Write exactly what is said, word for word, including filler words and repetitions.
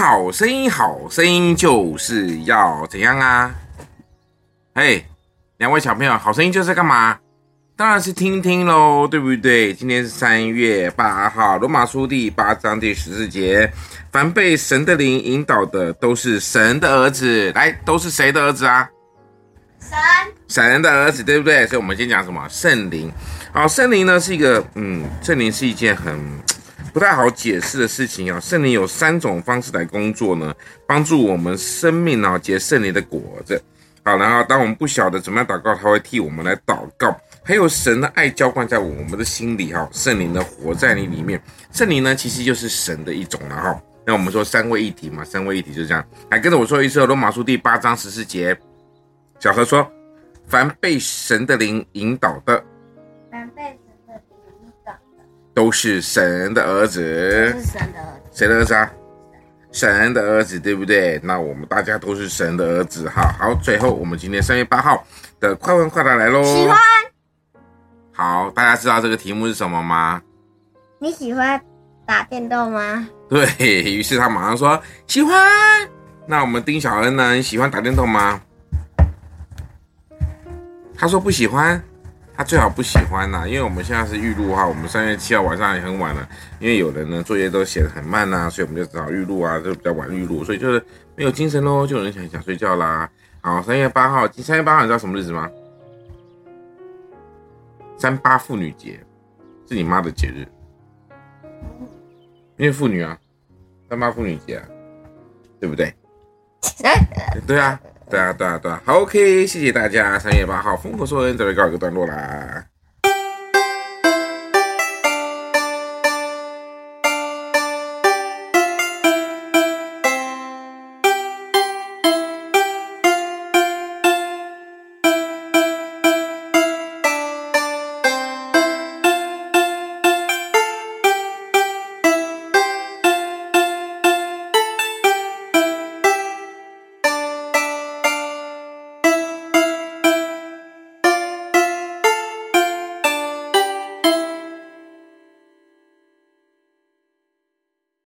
好声音，好声音就是要怎样啊？嘿，两位小朋友，好声音就是干嘛？当然是听听咯，对不对？今天是三月八号，罗马书第八章第十四节，凡被神的灵引导的，都是神的儿子。来，都是谁的儿子啊？ 神， 神的儿子，对不对？所以我们先讲什么？圣灵。好，圣灵呢是一个，嗯，圣灵是一件很不太好解释的事情啊。圣灵有三种方式来工作呢，帮助我们生命啊结圣灵的果子。好，然后当我们不晓得怎么样祷告，他会替我们来祷告。还有神的爱浇灌在我们的心里哈，圣灵呢活在你里面。圣灵呢其实就是神的一种了哈。那我们说三位一体嘛，三位一体就是这样。来跟着我说一次，罗马书第八章十四节。小何说：凡被神的灵引导的， 凡被神的灵引导的， 都是神的儿子。 都是神的儿子。 谁的儿子啊？神的儿子，对不对？那我们大家都是神的儿子哈。好，最后我们今天三月八号的快问快答来咯。 喜欢。 好，大家知道这个题目是什么吗？ 你喜欢打电动吗？ 对，于是他马上说喜欢。那我们丁小恩呢？你喜欢打电动吗？他说不喜欢，他最好不喜欢啦，因为我们现在是预录哈，我们三月七号晚上也很晚了，因为有人呢作业都写得很慢啦，所以我们就只好预录啊，就比较晚预录，所以就是没有精神咯，就有人想想睡觉啦。好，三月八号，三月八号你知道什么日子吗？三八妇女节，是你妈的节日，因为妇女啊，三八妇女节啊，对不对？对啊。对啊，对啊，对啊，好 ，OK， 谢谢大家。三月八号，风口说恩，这里告一个段落啦。